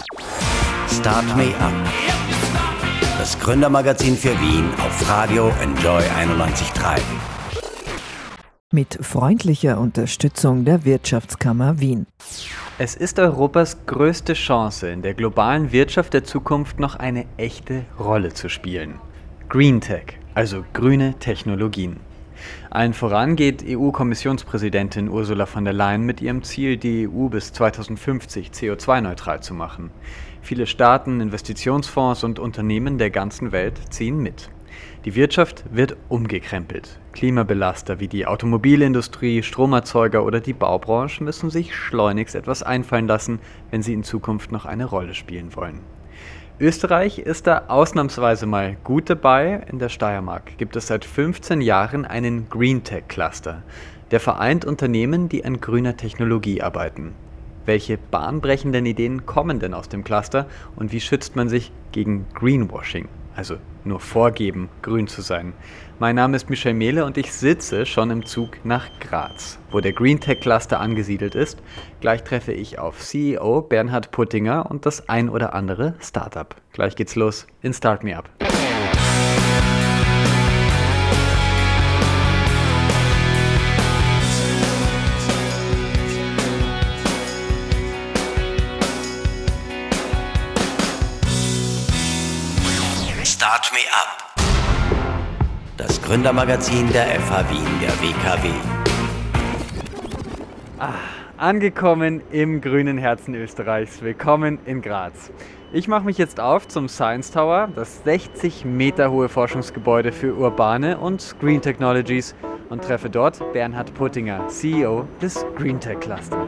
Start Me Up. Das Gründermagazin für Wien auf Radio Enjoy 91.3. Mit freundlicher Unterstützung der Wirtschaftskammer Wien. Es ist Europas größte Chance, in der globalen Wirtschaft der Zukunft noch eine echte Rolle zu spielen. Green Tech, also grüne Technologien. Allen voran geht EU-Kommissionspräsidentin Ursula von der Leyen mit ihrem Ziel, die EU bis 2050 CO2-neutral zu machen. Viele Staaten, Investitionsfonds und Unternehmen der ganzen Welt ziehen mit. Die Wirtschaft wird umgekrempelt. Klimabelaster wie die Automobilindustrie, Stromerzeuger oder die Baubranche müssen sich schleunigst etwas einfallen lassen, wenn sie in Zukunft noch eine Rolle spielen wollen. Österreich ist da ausnahmsweise mal gut dabei. In der Steiermark gibt es seit 15 Jahren einen Green Tech Cluster. Der vereint Unternehmen, die an grüner Technologie arbeiten. Welche bahnbrechenden Ideen kommen denn aus dem Cluster und wie schützt man sich gegen Greenwashing? Also nur vorgeben, grün zu sein. Mein Name ist Michael Mehle und ich sitze schon im Zug nach Graz, wo der Green Tech Cluster angesiedelt ist. Gleich treffe ich auf CEO Bernhard Puttinger und das ein oder andere Startup. Gleich geht's los in Start Me Up. Start Me Up. Das Gründermagazin der FH Wien, der WKW. Angekommen im grünen Herzen Österreichs. Willkommen in Graz. Ich mache mich jetzt auf zum Science Tower, das 60 Meter hohe Forschungsgebäude für urbane und Green Technologies und treffe dort Bernhard Puttinger, CEO des Green Tech Cluster.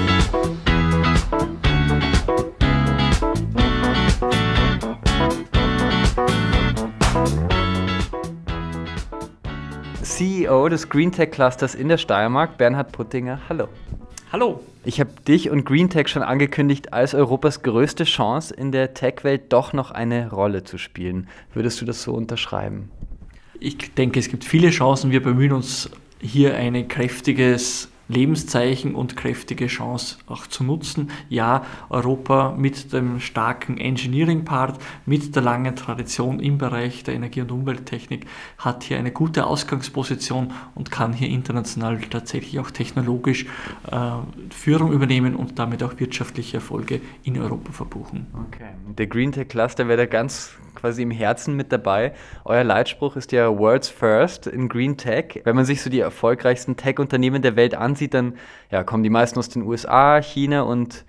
CEO des Green Tech Clusters in der Steiermark, Bernhard Puttinger. Hallo. Hallo. Ich habe dich und Green Tech schon angekündigt, als Europas größte Chance in der Tech-Welt doch noch eine Rolle zu spielen. Würdest du das so unterschreiben? Ich denke, es gibt viele Chancen. Wir bemühen uns hier ein kräftiges Lebenszeichen und kräftige Chance auch zu nutzen. Ja, Europa mit dem starken Engineering-Part, mit der langen Tradition im Bereich der Energie- und Umwelttechnik hat hier eine gute Ausgangsposition und kann hier international tatsächlich auch technologisch Führung übernehmen und damit auch wirtschaftliche Erfolge in Europa verbuchen. Okay. Der Green Tech Cluster wäre da ganz quasi im Herzen mit dabei. Euer Leitspruch ist ja World's First in Green Tech. Wenn man sich so die erfolgreichsten Tech-Unternehmen der Welt ansieht, dann kommen die meisten aus den USA, China und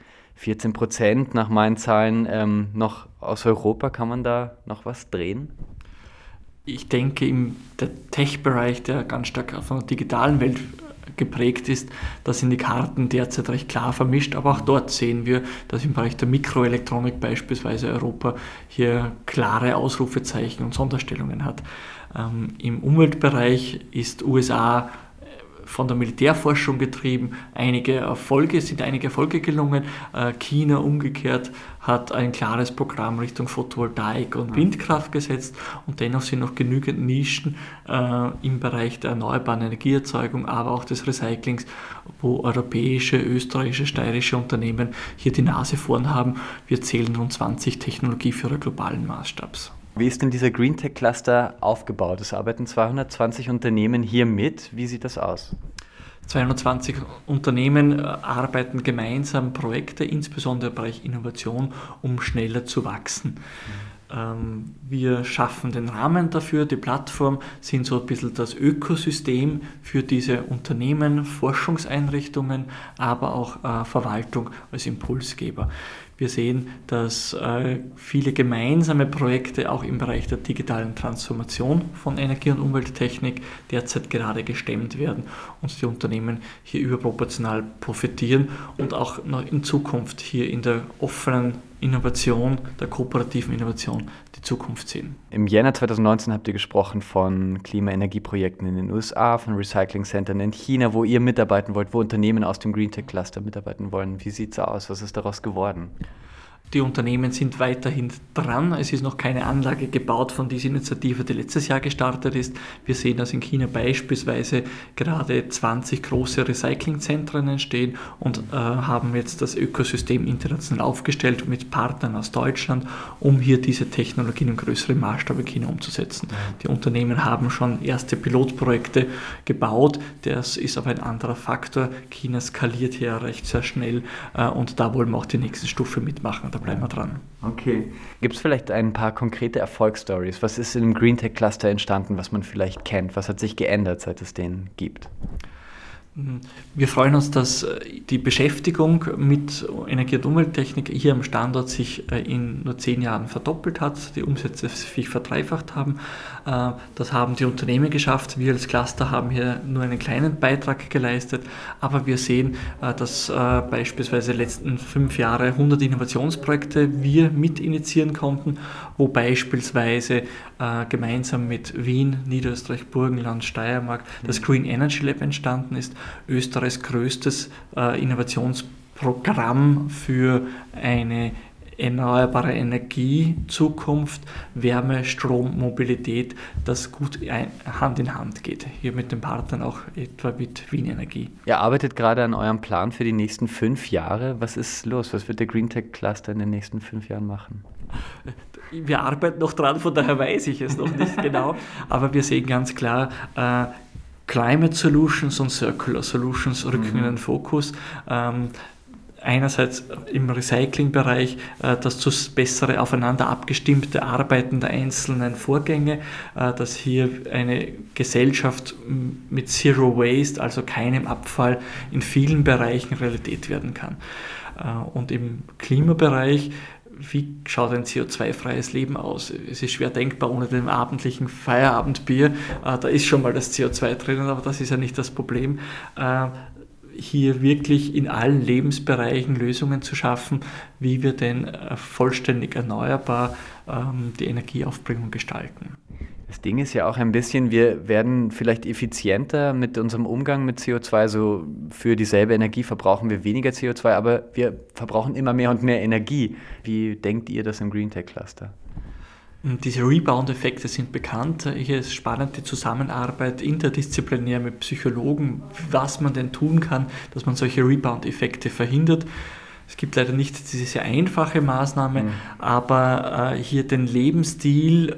14% nach meinen Zahlen noch aus Europa. Kann man da noch was drehen? Ich denke, der Tech-Bereich, der ganz stark von der digitalen Welt geprägt ist, da sind die Karten derzeit recht klar vermischt, aber auch dort sehen wir, dass im Bereich der Mikroelektronik beispielsweise Europa hier klare Ausrufezeichen und Sonderstellungen hat. Im Umweltbereich ist USA von der Militärforschung getrieben, einige Erfolge gelungen. China umgekehrt hat ein klares Programm Richtung Photovoltaik und Windkraft gesetzt und dennoch sind noch genügend Nischen im Bereich der erneuerbaren Energieerzeugung, aber auch des Recyclings, wo europäische, österreichische, steirische Unternehmen hier die Nase vorn haben. Wir zählen rund 20 Technologieführer globalen Maßstabs. Wie ist denn dieser Green Tech Cluster aufgebaut? Es arbeiten 220 Unternehmen hier mit. Wie sieht das aus? 220 Unternehmen arbeiten gemeinsam Projekte, insbesondere im Bereich Innovation, um schneller zu wachsen. Wir schaffen den Rahmen dafür, die Plattform sind so ein bisschen das Ökosystem für diese Unternehmen, Forschungseinrichtungen, aber auch Verwaltung als Impulsgeber. Wir sehen, dass viele gemeinsame Projekte auch im Bereich der digitalen Transformation von Energie- und Umwelttechnik derzeit gerade gestemmt werden und die Unternehmen hier überproportional profitieren und auch noch in Zukunft hier in der offenen Innovation, der kooperativen Innovation die Zukunft sehen. Im Jänner 2019 habt ihr gesprochen von Klima-Energie-Projekten in den USA, von Recycling-Centern in China, wo ihr mitarbeiten wollt, wo Unternehmen aus dem Green Tech Cluster mitarbeiten wollen. Wie sieht es aus? Was ist daraus geworden? Die Unternehmen sind weiterhin dran. Es ist noch keine Anlage gebaut von dieser Initiative, die letztes Jahr gestartet ist. Wir sehen, dass in China beispielsweise gerade 20 große Recyclingzentren entstehen und haben jetzt das Ökosystem international aufgestellt mit Partnern aus Deutschland, um hier diese Technologien im größeren Maßstab in China umzusetzen. Die Unternehmen haben schon erste Pilotprojekte gebaut. Das ist aber ein anderer Faktor. China skaliert hier recht sehr schnell und da wollen wir auch die nächste Stufe mitmachen. Da bleiben wir dran. Okay. Gibt es vielleicht ein paar konkrete Erfolgsstories? Was ist im GreenTech Cluster entstanden, was man vielleicht kennt? Was hat sich geändert, seit es den gibt? Wir freuen uns, dass die Beschäftigung mit Energie- und Umwelttechnik hier am Standort sich in nur 10 Jahren verdoppelt hat, die Umsätze sich verdreifacht haben. Das haben die Unternehmen geschafft. Wir als Cluster haben hier nur einen kleinen Beitrag geleistet, aber wir sehen, dass beispielsweise die letzten 5 Jahre 100 Innovationsprojekte wir mit initiieren konnten, wo beispielsweise gemeinsam mit Wien, Niederösterreich, Burgenland, Steiermark das Green Energy Lab entstanden ist. Österreichs größtes Innovationsprogramm für eine erneuerbare Energiezukunft, Wärme, Strom, Mobilität, das gut Hand in Hand geht. Hier mit den Partnern auch etwa mit Wien Energie. Ihr arbeitet gerade an eurem Plan für die nächsten 5 Jahre. Was ist los? Was wird der GreenTech Cluster in den nächsten 5 Jahren machen? Wir arbeiten noch dran, von daher weiß ich es noch nicht genau, aber wir sehen ganz klar, Climate Solutions und Circular Solutions rücken in den Fokus. Einerseits im Recyclingbereich das bessere aufeinander abgestimmte Arbeiten der einzelnen Vorgänge, dass hier eine Gesellschaft mit Zero Waste, also keinem Abfall, in vielen Bereichen Realität werden kann. Und im Klimabereich, wie schaut ein CO2-freies Leben aus? Es ist schwer denkbar ohne den abendlichen Feierabendbier. Da ist schon mal das CO2 drinnen, aber das ist ja nicht das Problem. Hier wirklich in allen Lebensbereichen Lösungen zu schaffen, wie wir denn vollständig erneuerbar die Energieaufbringung gestalten. Das Ding ist ja auch ein bisschen, wir werden vielleicht effizienter mit unserem Umgang mit CO2, so für dieselbe Energie verbrauchen wir weniger CO2, aber wir verbrauchen immer mehr und mehr Energie. Wie denkt ihr das im GreenTech Cluster? Diese Rebound-Effekte sind bekannt. Hier ist spannend die Zusammenarbeit interdisziplinär mit Psychologen, was man denn tun kann, dass man solche Rebound-Effekte verhindert. Es gibt leider nicht diese sehr einfache Maßnahme, aber hier den Lebensstil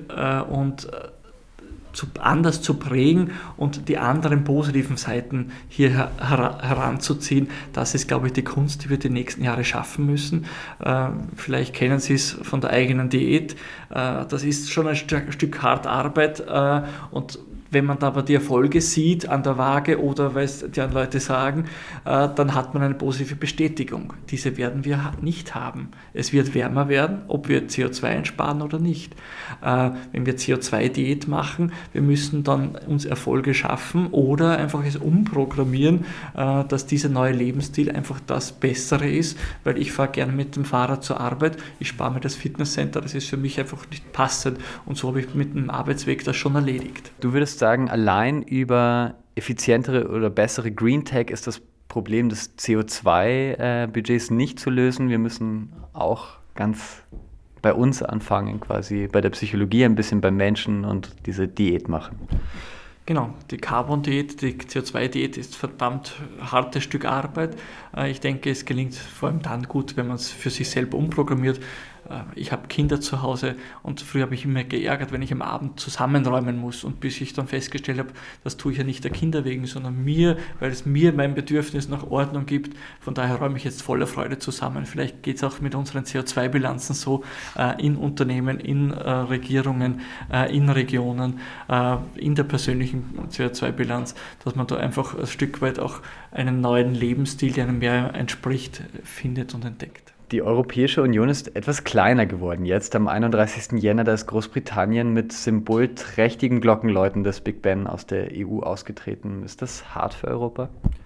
anders zu prägen und die anderen positiven Seiten hier heranzuziehen, das ist, glaube ich, die Kunst, die wir die nächsten Jahre schaffen müssen. Vielleicht kennen Sie es von der eigenen Diät. Das ist schon ein Stück harte Arbeit und wenn man da aber die Erfolge sieht an der Waage oder weil es die Leute sagen, dann hat man eine positive Bestätigung. Diese werden wir nicht haben. Es wird wärmer werden, ob wir CO2 einsparen oder nicht. Wenn wir CO2-Diät machen, wir müssen dann uns Erfolge schaffen oder einfach es umprogrammieren, dass dieser neue Lebensstil einfach das Bessere ist, weil ich fahre gerne mit dem Fahrrad zur Arbeit, ich spare mir das Fitnesscenter, das ist für mich einfach nicht passend und so habe ich mit dem Arbeitsweg das schon erledigt. Du würdest sagen, allein über effizientere oder bessere Green Tech ist das Problem des CO2-Budgets nicht zu lösen. Wir müssen auch ganz bei uns anfangen, quasi bei der Psychologie ein bisschen beim Menschen und diese Diät machen. Genau, die Carbon-Diät, die CO2-Diät ist ein verdammt hartes Stück Arbeit. Ich denke, es gelingt vor allem dann gut, wenn man es für sich selber umprogrammiert. Ich habe Kinder zu Hause und früher habe ich immer geärgert, wenn ich am Abend zusammenräumen muss und bis ich dann festgestellt habe, das tue ich ja nicht der Kinder wegen, sondern mir, weil es mir mein Bedürfnis nach Ordnung gibt. Von daher räume ich jetzt voller Freude zusammen. Vielleicht geht es auch mit unseren CO2-Bilanzen so in Unternehmen, in Regierungen, in Regionen, in der persönlichen CO2-Bilanz, dass man da einfach ein Stück weit auch einen neuen Lebensstil, der einem mehr entspricht, findet und entdeckt. Die Europäische Union ist etwas kleiner geworden. Jetzt am 31. Jänner, da ist Großbritannien mit symbolträchtigen Glockenläuten des Big Ben aus der EU ausgetreten. Ist das hart für Europa?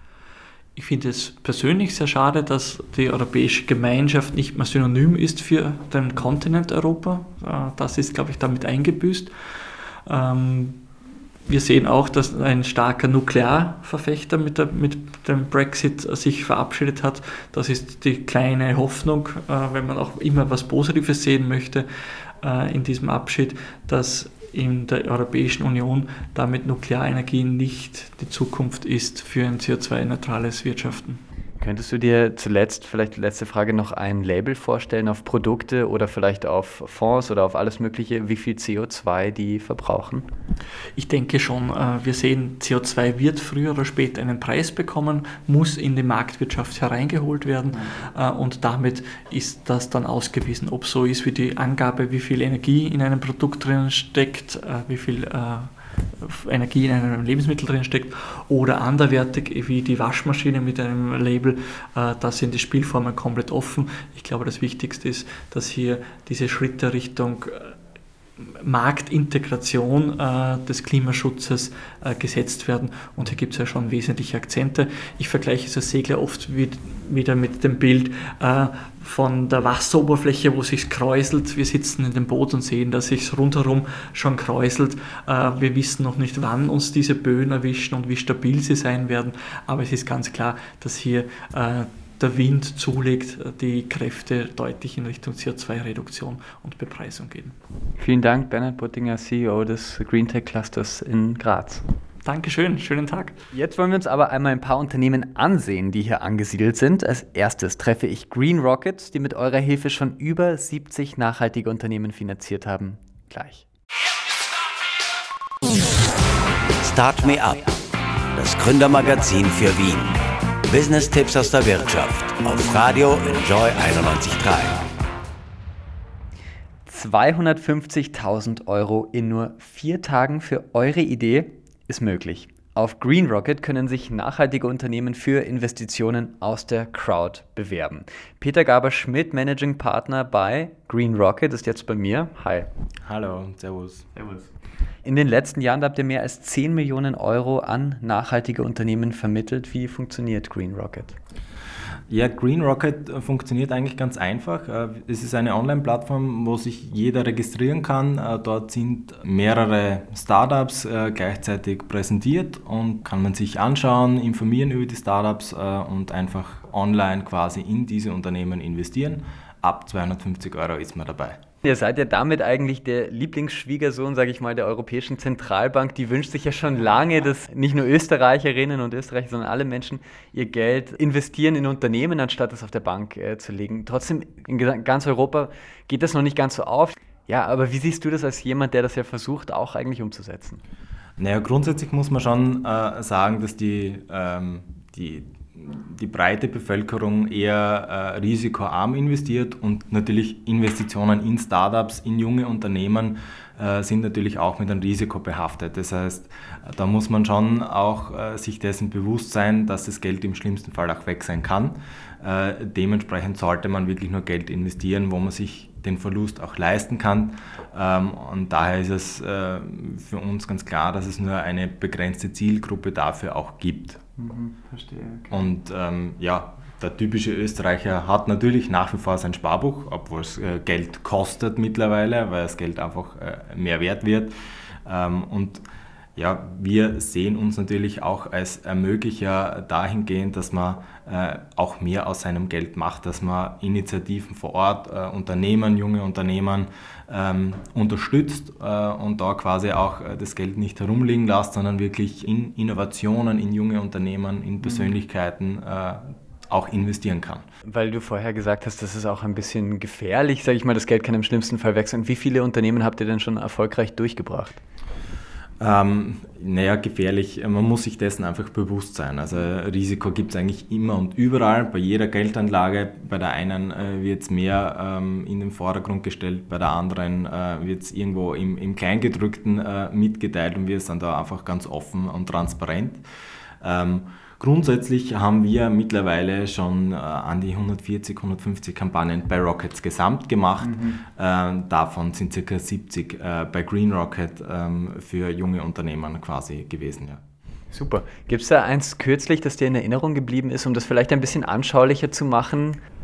Ich finde es persönlich sehr schade, dass die Europäische Gemeinschaft nicht mehr synonym ist für den Kontinent Europa. Das ist, glaube ich, damit eingebüßt. Wir sehen auch, dass ein starker Nuklearverfechter mit dem Brexit sich verabschiedet hat. Das ist die kleine Hoffnung, wenn man auch immer was Positives sehen möchte in diesem Abschied, dass in der Europäischen Union damit Nuklearenergie nicht die Zukunft ist für ein CO2-neutrales Wirtschaften. Könntest du dir zuletzt, vielleicht die letzte Frage, noch ein Label vorstellen auf Produkte oder vielleicht auf Fonds oder auf alles Mögliche, wie viel CO2 die verbrauchen? Ich denke schon, wir sehen, CO2 wird früher oder später einen Preis bekommen, muss in die Marktwirtschaft hereingeholt werden und damit ist das dann ausgewiesen, ob so ist wie die Angabe, wie viel Energie in einem Produkt drin steckt, wie viel Energie in einem Lebensmittel drin steckt oder anderwertig wie die Waschmaschine mit einem Label, da sind die Spielformen komplett offen. Ich glaube, das Wichtigste ist, dass hier diese Schritte Richtung Marktintegration des Klimaschutzes gesetzt werden und hier gibt es ja schon wesentliche Akzente. Ich vergleiche es als Segler oft wieder mit dem Bild von der Wasseroberfläche, wo es sich kräuselt. Wir sitzen in dem Boot und sehen, dass es sich rundherum schon kräuselt. Wir wissen noch nicht, wann uns diese Böen erwischen und wie stabil sie sein werden, aber es ist ganz klar, dass hier der Wind zulegt, die Kräfte deutlich in Richtung CO2-Reduktion und Bepreisung gehen. Vielen Dank, Bernhard Buttinger, CEO des GreenTech Clusters in Graz. Dankeschön, schönen Tag. Jetzt wollen wir uns aber einmal ein paar Unternehmen ansehen, die hier angesiedelt sind. Als erstes treffe ich GreenRocket, die mit eurer Hilfe schon über 70 nachhaltige Unternehmen finanziert haben. Gleich. Start Me Up, das Gründermagazin für Wien. Business-Tipps aus der Wirtschaft auf Radio Enjoy 91.3. 250.000 € in nur 4 Tagen für eure Idee ist möglich. Auf GreenRocket können sich nachhaltige Unternehmen für Investitionen aus der Crowd bewerben. Peter Gaber-Schmidt, Managing Partner bei GreenRocket, ist jetzt bei mir. Hi. Hallo, servus. Servus. In den letzten Jahren habt ihr mehr als 10 Millionen € an nachhaltige Unternehmen vermittelt. Wie funktioniert GreenRocket? Ja, GreenRocket funktioniert eigentlich ganz einfach. Es ist eine Online-Plattform, wo sich jeder registrieren kann. Dort sind mehrere Startups gleichzeitig präsentiert und kann man sich anschauen, informieren über die Startups und einfach online quasi in diese Unternehmen investieren. Ab 250 € ist man dabei. Ihr seid ja damit eigentlich der Lieblingsschwiegersohn, sage ich mal, der Europäischen Zentralbank. Die wünscht sich ja schon lange, dass nicht nur Österreicherinnen und Österreicher, sondern alle Menschen ihr Geld investieren in Unternehmen, anstatt es auf der Bank zu legen. Trotzdem, in ganz Europa geht das noch nicht ganz so auf. Ja, aber wie siehst du das als jemand, der das ja versucht, auch eigentlich umzusetzen? Naja, grundsätzlich muss man schon sagen, dass die breite Bevölkerung eher risikoarm investiert und natürlich Investitionen in Startups, in junge Unternehmen sind natürlich auch mit einem Risiko behaftet. Das heißt, da muss man schon auch sich dessen bewusst sein, dass das Geld im schlimmsten Fall auch weg sein kann. Dementsprechend sollte man wirklich nur Geld investieren, wo man sich den Verlust auch leisten kann. Und daher ist es für uns ganz klar, dass es nur eine begrenzte Zielgruppe dafür auch gibt. Verstehe. Okay. Und der typische Österreicher hat natürlich nach wie vor sein Sparbuch, obwohl es Geld kostet mittlerweile, weil das Geld einfach mehr wert wird. Und ja, wir sehen uns natürlich auch als Ermöglicher dahingehend, dass man auch mehr aus seinem Geld macht, dass man Initiativen vor Ort, Unternehmen, junge Unternehmen unterstützt und da quasi auch das Geld nicht herumliegen lässt, sondern wirklich in Innovationen, in junge Unternehmen, in Persönlichkeiten auch investieren kann. Weil du vorher gesagt hast, das ist auch ein bisschen gefährlich, sage ich mal, das Geld kann im schlimmsten Fall wechseln. Wie viele Unternehmen habt ihr denn schon erfolgreich durchgebracht? Gefährlich, man muss sich dessen einfach bewusst sein. Also Risiko gibt es eigentlich immer und überall, bei jeder Geldanlage. Bei der einen wird es mehr in den Vordergrund gestellt, bei der anderen wird es irgendwo im Kleingedrückten mitgeteilt und wir sind da einfach ganz offen und transparent. Grundsätzlich haben wir mittlerweile schon an die 140, 150 Kampagnen bei Rockets gesamt gemacht. Davon sind ca. 70 bei GreenRocket für junge Unternehmen quasi gewesen. Ja. Super. Gibt es da eins kürzlich, das dir in Erinnerung geblieben ist, um das vielleicht ein bisschen anschaulicher zu machen?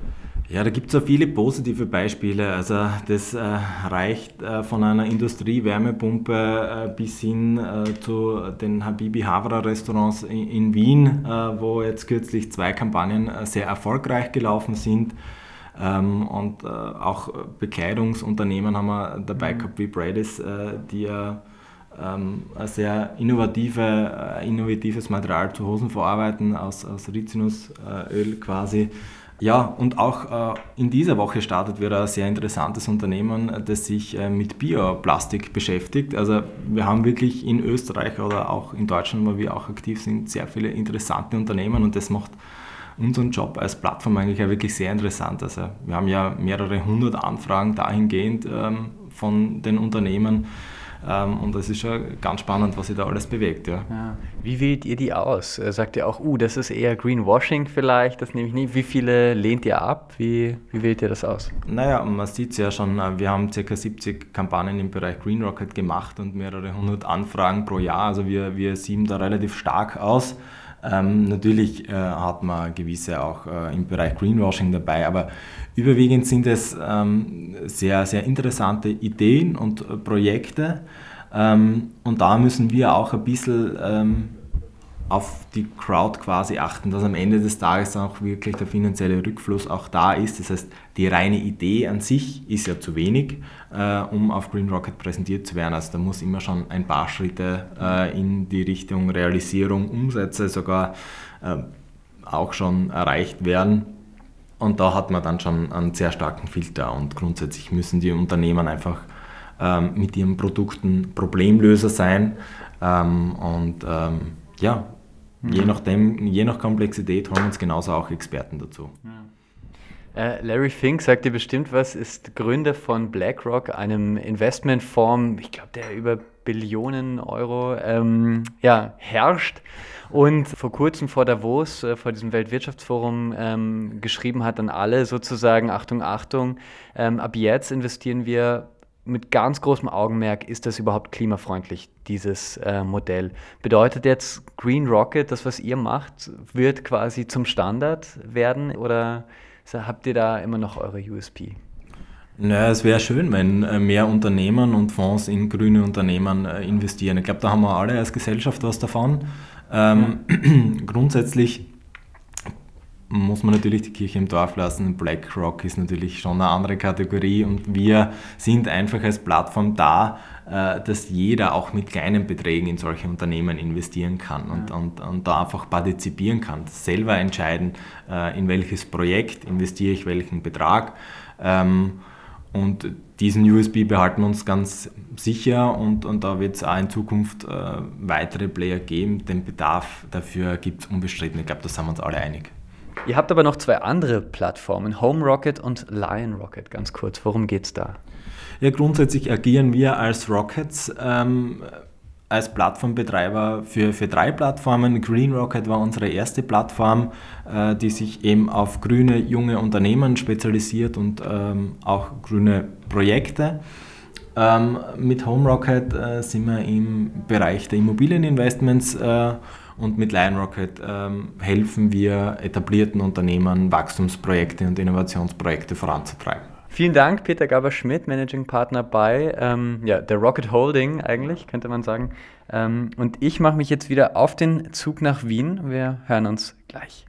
Ja, da gibt es auch viele positive Beispiele. Also das reicht von einer Industriewärmepumpe bis hin zu den Habibi Havra Restaurants in Wien, wo jetzt kürzlich 2 Kampagnen sehr erfolgreich gelaufen sind. Und auch Bekleidungsunternehmen haben wir dabei gehabt wie Braidis, die ein sehr innovatives Material zu Hosen verarbeiten aus Rizinusöl quasi. Ja, und auch in dieser Woche startet wieder ein sehr interessantes Unternehmen, das sich mit Bioplastik beschäftigt. Also wir haben wirklich in Österreich oder auch in Deutschland, wo wir auch aktiv sind, sehr viele interessante Unternehmen und das macht unseren Job als Plattform eigentlich auch wirklich sehr interessant. Also wir haben ja mehrere 100 Anfragen dahingehend von den Unternehmen. Und das ist schon ganz spannend, was sich da alles bewegt. Ja. Ja. Wie wählt ihr die aus? Sagt ihr auch, das ist eher Greenwashing vielleicht, das nehme ich nie. Wie viele lehnt ihr ab? Wie wählt ihr das aus? Naja, man sieht es ja schon, wir haben ca. 70 Kampagnen im Bereich Green Rocket gemacht und mehrere 100 Anfragen pro Jahr. Also wir sieben da relativ stark aus. Natürlich hat man gewisse auch im Bereich Greenwashing dabei, aber überwiegend sind es sehr, sehr interessante Ideen und Projekte und da müssen wir auch ein bisschen auf die Crowd quasi achten, dass am Ende des Tages auch wirklich der finanzielle Rückfluss auch da ist. Das heißt, die reine Idee an sich ist ja zu wenig, um auf Green Rocket präsentiert zu werden. Also da muss immer schon ein paar Schritte in die Richtung Realisierung, Umsätze sogar auch schon erreicht werden. Und da hat man dann schon einen sehr starken Filter und grundsätzlich müssen die Unternehmen einfach mit ihren Produkten Problemlöser sein je nach Komplexität holen wir uns genauso auch Experten dazu. Larry Fink sagt dir bestimmt was, ist Gründer von BlackRock, einem Investmentfonds, ich glaube, der über Billionen Euro herrscht und vor kurzem vor Davos, vor diesem Weltwirtschaftsforum geschrieben hat an alle sozusagen, Achtung, ab jetzt investieren wir mit ganz großem Augenmerk, ist das überhaupt klimafreundlich, dieses Modell? Bedeutet jetzt Green Rocket, das, was ihr macht, wird quasi zum Standard werden oder habt ihr da immer noch eure USP? Naja, es wäre schön, wenn mehr Unternehmen und Fonds in grüne Unternehmen investieren. Ich glaube, da haben wir alle als Gesellschaft was davon. Grundsätzlich muss man natürlich die Kirche im Dorf lassen. BlackRock ist natürlich schon eine andere Kategorie und wir sind einfach als Plattform da, dass jeder auch mit kleinen Beträgen in solche Unternehmen investieren kann und da einfach partizipieren kann, selber entscheiden, in welches Projekt investiere ich welchen Betrag. Und diesen USB behalten wir uns ganz sicher und da wird es auch in Zukunft weitere Player geben. Den Bedarf dafür gibt es unbestritten. Ich glaube, da sind wir uns alle einig. Ihr habt aber noch 2 andere Plattformen, Home Rocket und Lion Rocket. Ganz kurz, worum geht's da? Ja, grundsätzlich agieren wir als Rockets als Plattformbetreiber für 3 Plattformen. Green Rocket war unsere erste Plattform, die sich eben auf grüne, junge Unternehmen spezialisiert und auch grüne Projekte. Mit Home Rocket sind wir im Bereich der Immobilieninvestments und mit Lion Rocket helfen wir etablierten Unternehmen, Wachstumsprojekte und Innovationsprojekte voranzutreiben. Vielen Dank, Peter Gaber-Schmidt, Managing Partner bei der Rocket Holding eigentlich, könnte man sagen. Und ich mache mich jetzt wieder auf den Zug nach Wien. Wir hören uns gleich.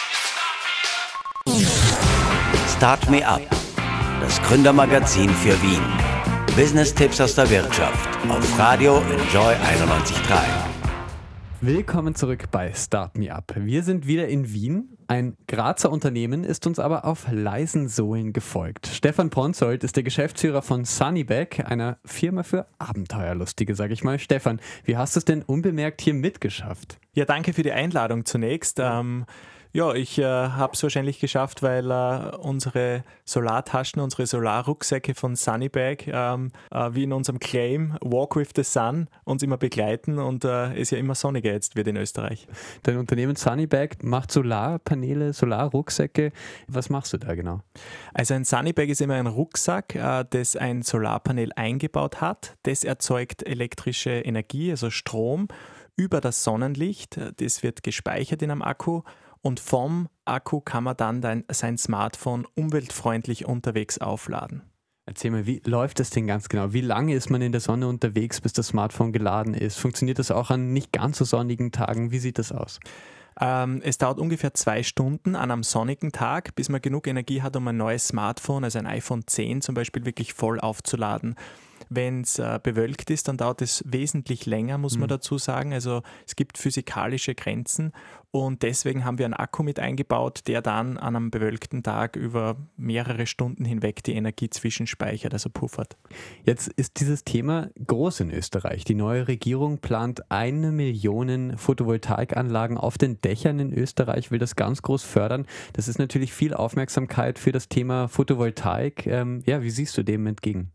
Start Me Up, das Gründermagazin für Wien. Business-Tipps aus der Wirtschaft auf Radio Enjoy 91.3. Willkommen zurück bei Start Me Up. Wir sind wieder in Wien. Ein Grazer Unternehmen ist uns aber auf leisen Sohlen gefolgt. Stefan Pronzold ist der Geschäftsführer von Sunnybag, einer Firma für Abenteuerlustige, sage ich mal. Stefan, wie hast du es denn unbemerkt hier mitgeschafft? Ja, danke für die Einladung zunächst. Ich habe es wahrscheinlich geschafft, weil unsere Solartaschen, unsere Solarrucksäcke von Sunnybag, wie in unserem Claim Walk with the Sun, uns immer begleiten und es ja immer sonniger jetzt wird in Österreich. Dein Unternehmen Sunnybag macht Solarpaneele, Solarrucksäcke. Was machst du da genau? Also ein Sunnybag ist immer ein Rucksack, das ein Solarpanel eingebaut hat. Das erzeugt elektrische Energie, also Strom, über das Sonnenlicht. Das wird gespeichert in einem Akku. Und vom Akku kann man dann sein Smartphone umweltfreundlich unterwegs aufladen. Erzähl mal, wie läuft das denn ganz genau? Wie lange ist man in der Sonne unterwegs, bis das Smartphone geladen ist? Funktioniert das auch an nicht ganz so sonnigen Tagen? Wie sieht das aus? Es dauert ungefähr 2 Stunden an einem sonnigen Tag, bis man genug Energie hat, um ein neues Smartphone, also ein iPhone 10 zum Beispiel, wirklich voll aufzuladen. Wenn es bewölkt ist, dann dauert es wesentlich länger, muss man dazu sagen. Also es gibt physikalische Grenzen und deswegen haben wir einen Akku mit eingebaut, der dann an einem bewölkten Tag über mehrere Stunden hinweg die Energie zwischenspeichert, also puffert. Jetzt ist dieses Thema groß in Österreich. Die neue Regierung plant 1 Million Photovoltaikanlagen auf den Dächern in Österreich, will das ganz groß fördern. Das ist natürlich viel Aufmerksamkeit für das Thema Photovoltaik. Wie siehst du dem entgegen?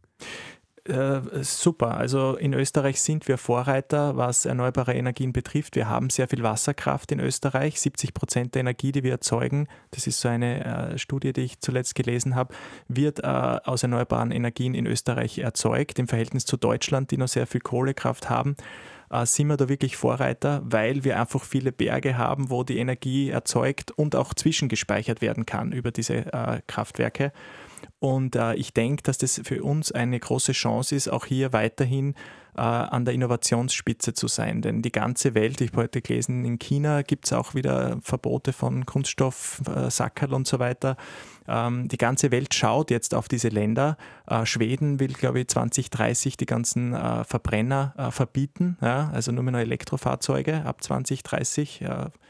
Super. Also in Österreich sind wir Vorreiter, was erneuerbare Energien betrifft. Wir haben sehr viel Wasserkraft in Österreich. 70% der Energie, die wir erzeugen, das ist so eine Studie, die ich zuletzt gelesen habe, wird aus erneuerbaren Energien in Österreich erzeugt. Im Verhältnis zu Deutschland, die noch sehr viel Kohlekraft haben, sind wir da wirklich Vorreiter, weil wir einfach viele Berge haben, wo die Energie erzeugt und auch zwischengespeichert werden kann über diese Kraftwerke. Und ich denke, dass das für uns eine große Chance ist, auch hier weiterhin an der Innovationsspitze zu sein. Denn die ganze Welt, ich habe heute gelesen, in China gibt es auch wieder Verbote von Kunststoff, Sackerl und so weiter. Die ganze Welt schaut jetzt auf diese Länder. Schweden will, glaube ich, 2030 die ganzen Verbrenner verbieten, ja? Also nur mehr noch Elektrofahrzeuge ab 2030.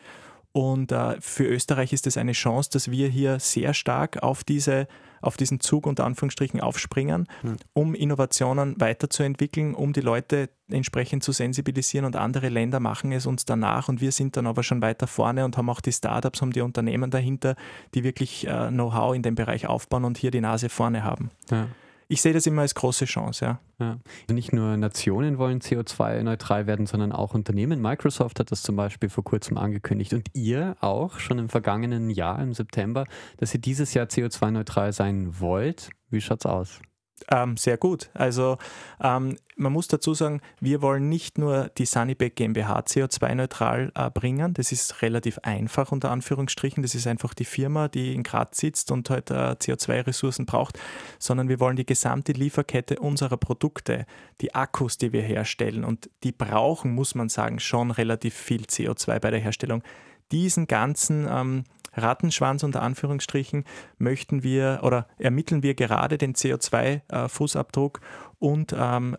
Und für Österreich ist es eine Chance, dass wir hier sehr stark auf diesen Zug unter Anführungsstrichen aufspringen, um Innovationen weiterzuentwickeln, um die Leute entsprechend zu sensibilisieren, und andere Länder machen es uns danach und wir sind dann aber schon weiter vorne und haben auch die Startups, haben die Unternehmen dahinter, die wirklich Know-how in dem Bereich aufbauen und hier die Nase vorne haben. Ja. Ich sehe das immer als große Chance, ja. Also nicht nur Nationen wollen CO2-neutral werden, sondern auch Unternehmen. Microsoft hat das zum Beispiel vor kurzem angekündigt und ihr auch schon im vergangenen Jahr, im September, dass ihr dieses Jahr CO2-neutral sein wollt. Wie schaut's aus? Sehr gut. Also man muss dazu sagen, wir wollen nicht nur die Sunnyback GmbH CO2-neutral bringen. Das ist relativ einfach unter Anführungsstrichen. Das ist einfach die Firma, die in Graz sitzt und halt CO2-Ressourcen braucht, sondern wir wollen die gesamte Lieferkette unserer Produkte, die Akkus, die wir herstellen, und die brauchen, muss man sagen, schon relativ viel CO2 bei der Herstellung. Diesen ganzen Rattenschwanz unter Anführungsstrichen möchten wir oder ermitteln wir gerade den CO2-Fußabdruck und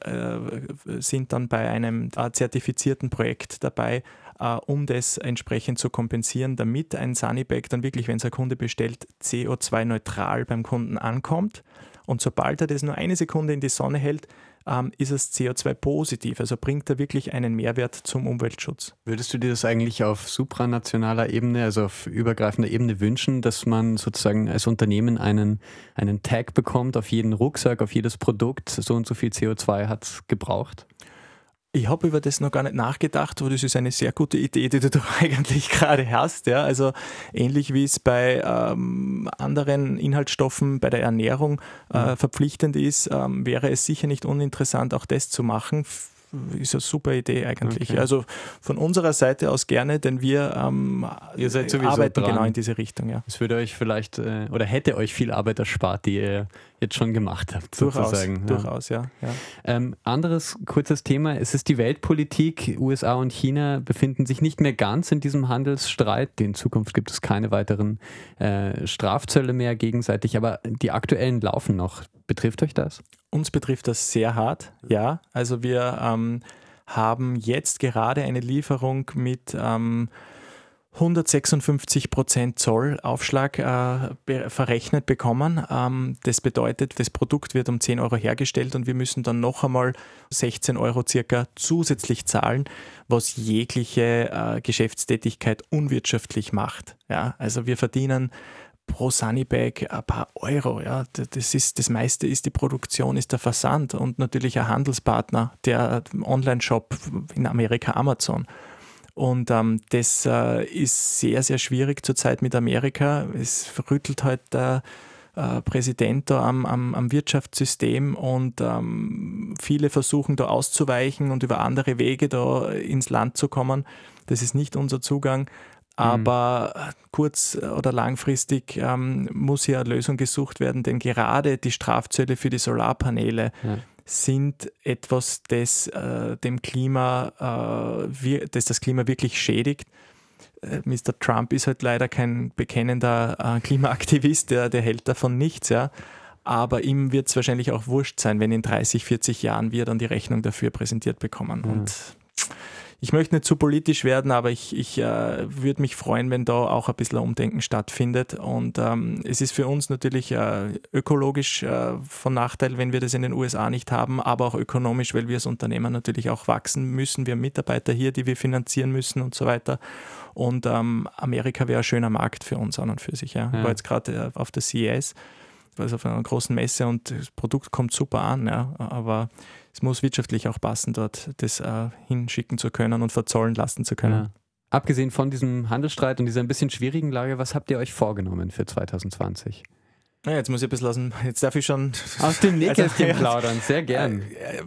sind dann bei einem zertifizierten Projekt dabei, um das entsprechend zu kompensieren, damit ein Sunnyback dann wirklich, wenn es ein Kunde bestellt, CO2-neutral beim Kunden ankommt. Und sobald er das nur eine Sekunde in die Sonne hält, ist es CO2-positiv, also bringt er wirklich einen Mehrwert zum Umweltschutz. Würdest du dir das eigentlich auf supranationaler Ebene, also auf übergreifender Ebene wünschen, dass man sozusagen als Unternehmen einen Tag bekommt auf jeden Rucksack, auf jedes Produkt, so und so viel CO2 hat es gebraucht? Ich habe über das noch gar nicht nachgedacht, aber das ist eine sehr gute Idee, die du da eigentlich gerade hast. Ja? Also ähnlich wie es bei anderen Inhaltsstoffen bei der Ernährung verpflichtend ist, wäre es sicher nicht uninteressant, auch das zu machen. Ist eine super Idee eigentlich. Okay. Also von unserer Seite aus gerne, denn wir ihr seid sowieso arbeiten dran. Genau in diese Richtung. Ja. Es würde euch vielleicht oder hätte euch viel Arbeit erspart, die ihr jetzt schon gemacht habt, sozusagen. Durchaus, ja. Anderes kurzes Thema, es ist die Weltpolitik. USA und China befinden sich nicht mehr ganz in diesem Handelsstreit. In Zukunft gibt es keine weiteren Strafzölle mehr gegenseitig, aber die aktuellen laufen noch. Betrifft euch das? Uns betrifft das sehr hart, ja. Also wir haben jetzt gerade eine Lieferung mit 156% Zollaufschlag verrechnet bekommen. Das bedeutet, das Produkt wird um 10 Euro hergestellt und wir müssen dann noch einmal 16 Euro circa zusätzlich zahlen, was jegliche Geschäftstätigkeit unwirtschaftlich macht. Ja, also wir verdienen pro Sunnyback ein paar Euro. Ja. Das meiste ist die Produktion, ist der Versand und natürlich ein Handelspartner, der Online-Shop in Amerika, Amazon. Und das ist sehr, sehr schwierig zurzeit mit Amerika. Es rüttelt halt der Präsident da am Wirtschaftssystem und viele versuchen da auszuweichen und über andere Wege da ins Land zu kommen. Das ist nicht unser Zugang. Aber kurz- oder langfristig muss hier eine Lösung gesucht werden, denn gerade die Strafzölle für die Solarpaneele sind etwas, das das Klima wirklich schädigt. Mr. Trump ist halt leider kein bekennender Klimaaktivist, der hält davon nichts, ja. Aber ihm wird es wahrscheinlich auch wurscht sein, wenn in 30, 40 Jahren wir dann die Rechnung dafür präsentiert bekommen. Und ich möchte nicht zu politisch werden, aber ich würde mich freuen, wenn da auch ein bisschen ein Umdenken stattfindet. Und es ist für uns natürlich ökologisch von Nachteil, wenn wir das in den USA nicht haben, aber auch ökonomisch, weil wir als Unternehmer natürlich auch wachsen müssen. Wir haben Mitarbeiter hier, die wir finanzieren müssen und so weiter. Und Amerika wäre ein schöner Markt für uns an und für sich. Ja. Ich war jetzt gerade auf der CES, also auf einer großen Messe, und das Produkt kommt super an, ja, aber es muss wirtschaftlich auch passen, dort das hinschicken zu können und verzollen lassen zu können. Ja. Abgesehen von diesem Handelsstreit und dieser ein bisschen schwierigen Lage, was habt ihr euch vorgenommen für 2020? Ja, jetzt muss ich ein bisschen jetzt darf ich schon aus dem Nähkästchen plaudern, sehr gern.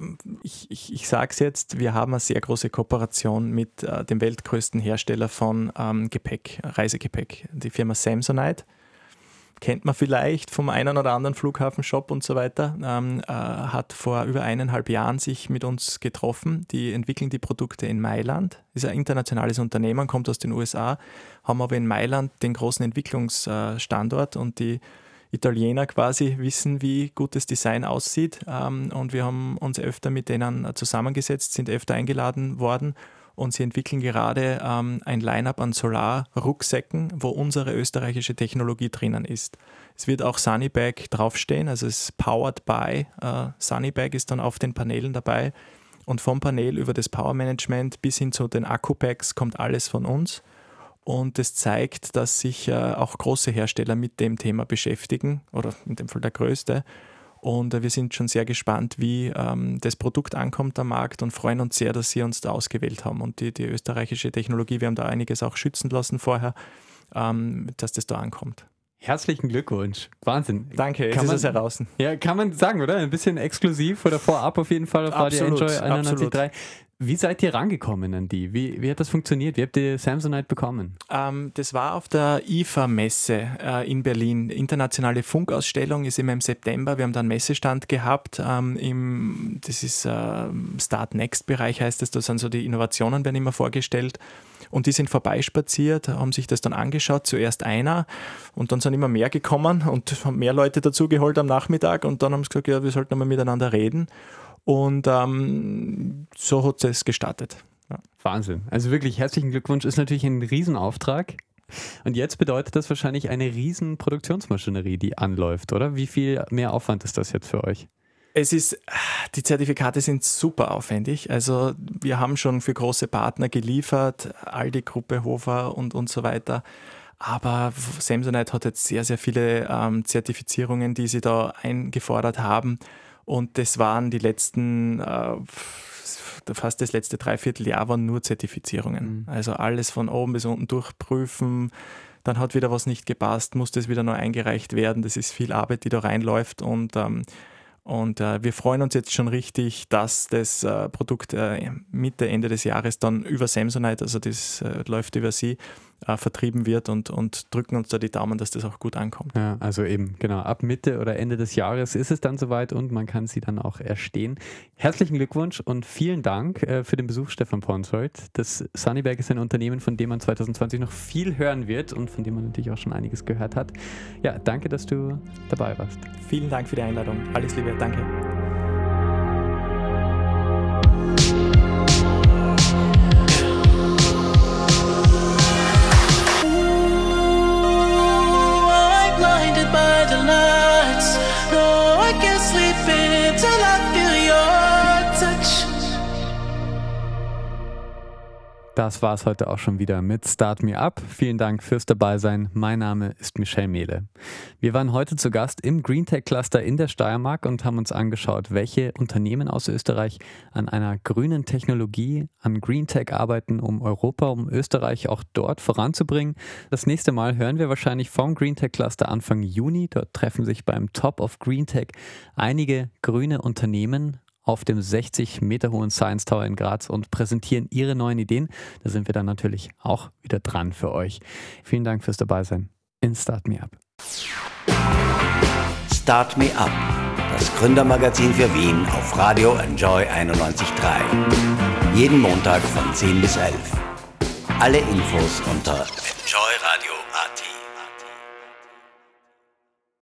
Ich sage es jetzt, wir haben eine sehr große Kooperation mit dem weltgrößten Hersteller von Reisegepäck, die Firma Samsonite. Kennt man vielleicht vom einen oder anderen Flughafenshop und so weiter, hat vor über 1,5 Jahren sich mit uns getroffen. Die entwickeln die Produkte in Mailand. Ist ein internationales Unternehmen, kommt aus den USA, haben aber in Mailand den großen Entwicklungsstandort, und die Italiener quasi wissen, wie gutes Design aussieht. Und wir haben uns öfter mit denen zusammengesetzt, sind öfter eingeladen worden. Und sie entwickeln gerade ein Line-up an Solarrucksäcken, wo unsere österreichische Technologie drinnen ist. Es wird auch Sunnybag draufstehen, also es ist powered by. Sunnybag ist dann auf den Paneelen dabei. Und vom Panel über das Power-Management bis hin zu den Akku-Packs kommt alles von uns. Und das zeigt, dass sich auch große Hersteller mit dem Thema beschäftigen, oder in dem Fall der größte. Und wir sind schon sehr gespannt, wie das Produkt ankommt am Markt, und freuen uns sehr, dass Sie uns da ausgewählt haben. Und die österreichische Technologie, wir haben da einiges auch schützen lassen vorher, dass das da ankommt. Herzlichen Glückwunsch. Wahnsinn. Danke, jetzt ist es heraus. Ja, kann man sagen, oder? Ein bisschen exklusiv oder vorab auf jeden Fall auf Radio Enjoy 91.3. Wie seid ihr rangekommen an die? Wie hat das funktioniert? Wie habt ihr Samsonite bekommen? Das war auf der IFA-Messe in Berlin. Internationale Funkausstellung ist immer im September. Wir haben da einen Messestand gehabt. Das ist Start Next-Bereich, heißt es. Da sind so die Innovationen, werden immer vorgestellt. Und die sind vorbeispaziert, haben sich das dann angeschaut. Zuerst einer, und dann sind immer mehr gekommen und haben mehr Leute dazugeholt am Nachmittag. Und dann haben sie gesagt, ja, wir sollten einmal miteinander reden. Und so hat es gestartet. Ja. Wahnsinn. Also wirklich herzlichen Glückwunsch, ist natürlich ein Riesenauftrag. Und jetzt bedeutet das wahrscheinlich eine riesen Produktionsmaschinerie, die anläuft, oder? Wie viel mehr Aufwand ist das jetzt für euch? Die Zertifikate sind super aufwendig. Also wir haben schon für große Partner geliefert, Aldi, Gruppe, Hofer und so weiter. Aber Samsonite hat jetzt sehr, sehr viele Zertifizierungen, die sie da eingefordert haben. Und das waren die letzten, fast das letzte Dreivierteljahr waren nur Zertifizierungen. Also alles von oben bis unten durchprüfen. Dann hat wieder was nicht gepasst, muss das wieder neu eingereicht werden. Das ist viel Arbeit, die da reinläuft. Und wir freuen uns jetzt schon richtig, dass das Produkt Mitte, Ende des Jahres dann über Samsonite, also das läuft über sie, vertrieben wird, und drücken uns da die Daumen, dass das auch gut ankommt. Ja, also eben, genau, ab Mitte oder Ende des Jahres ist es dann soweit und man kann sie dann auch erstehen. Herzlichen Glückwunsch und vielen Dank für den Besuch, Stefan Ponsholt. Das Sunnybag ist ein Unternehmen, von dem man 2020 noch viel hören wird und von dem man natürlich auch schon einiges gehört hat. Ja, danke, dass du dabei warst. Vielen Dank für die Einladung. Alles Liebe, danke. By the lights, no, I can't sleep until I feel your touch. Das war es heute auch schon wieder mit Start Me Up. Vielen Dank fürs Dabeisein. Mein Name ist Michel Mehle. Wir waren heute zu Gast im Greentech Cluster in der Steiermark und haben uns angeschaut, welche Unternehmen aus Österreich an einer grünen Technologie, an Greentech arbeiten, um Europa, um Österreich auch dort voranzubringen. Das nächste Mal hören wir wahrscheinlich vom Greentech Cluster Anfang Juni. Dort treffen sich beim Top of Greentech einige grüne Unternehmen auf dem 60 Meter hohen Science Tower in Graz und präsentieren ihre neuen Ideen. Da sind wir dann natürlich auch wieder dran für euch. Vielen Dank fürs Dabeisein in Start Me Up. Start Me Up, das Gründermagazin für Wien auf Radio Enjoy 91.3. Jeden Montag von 10 bis 11. Alle Infos unter enjoyradio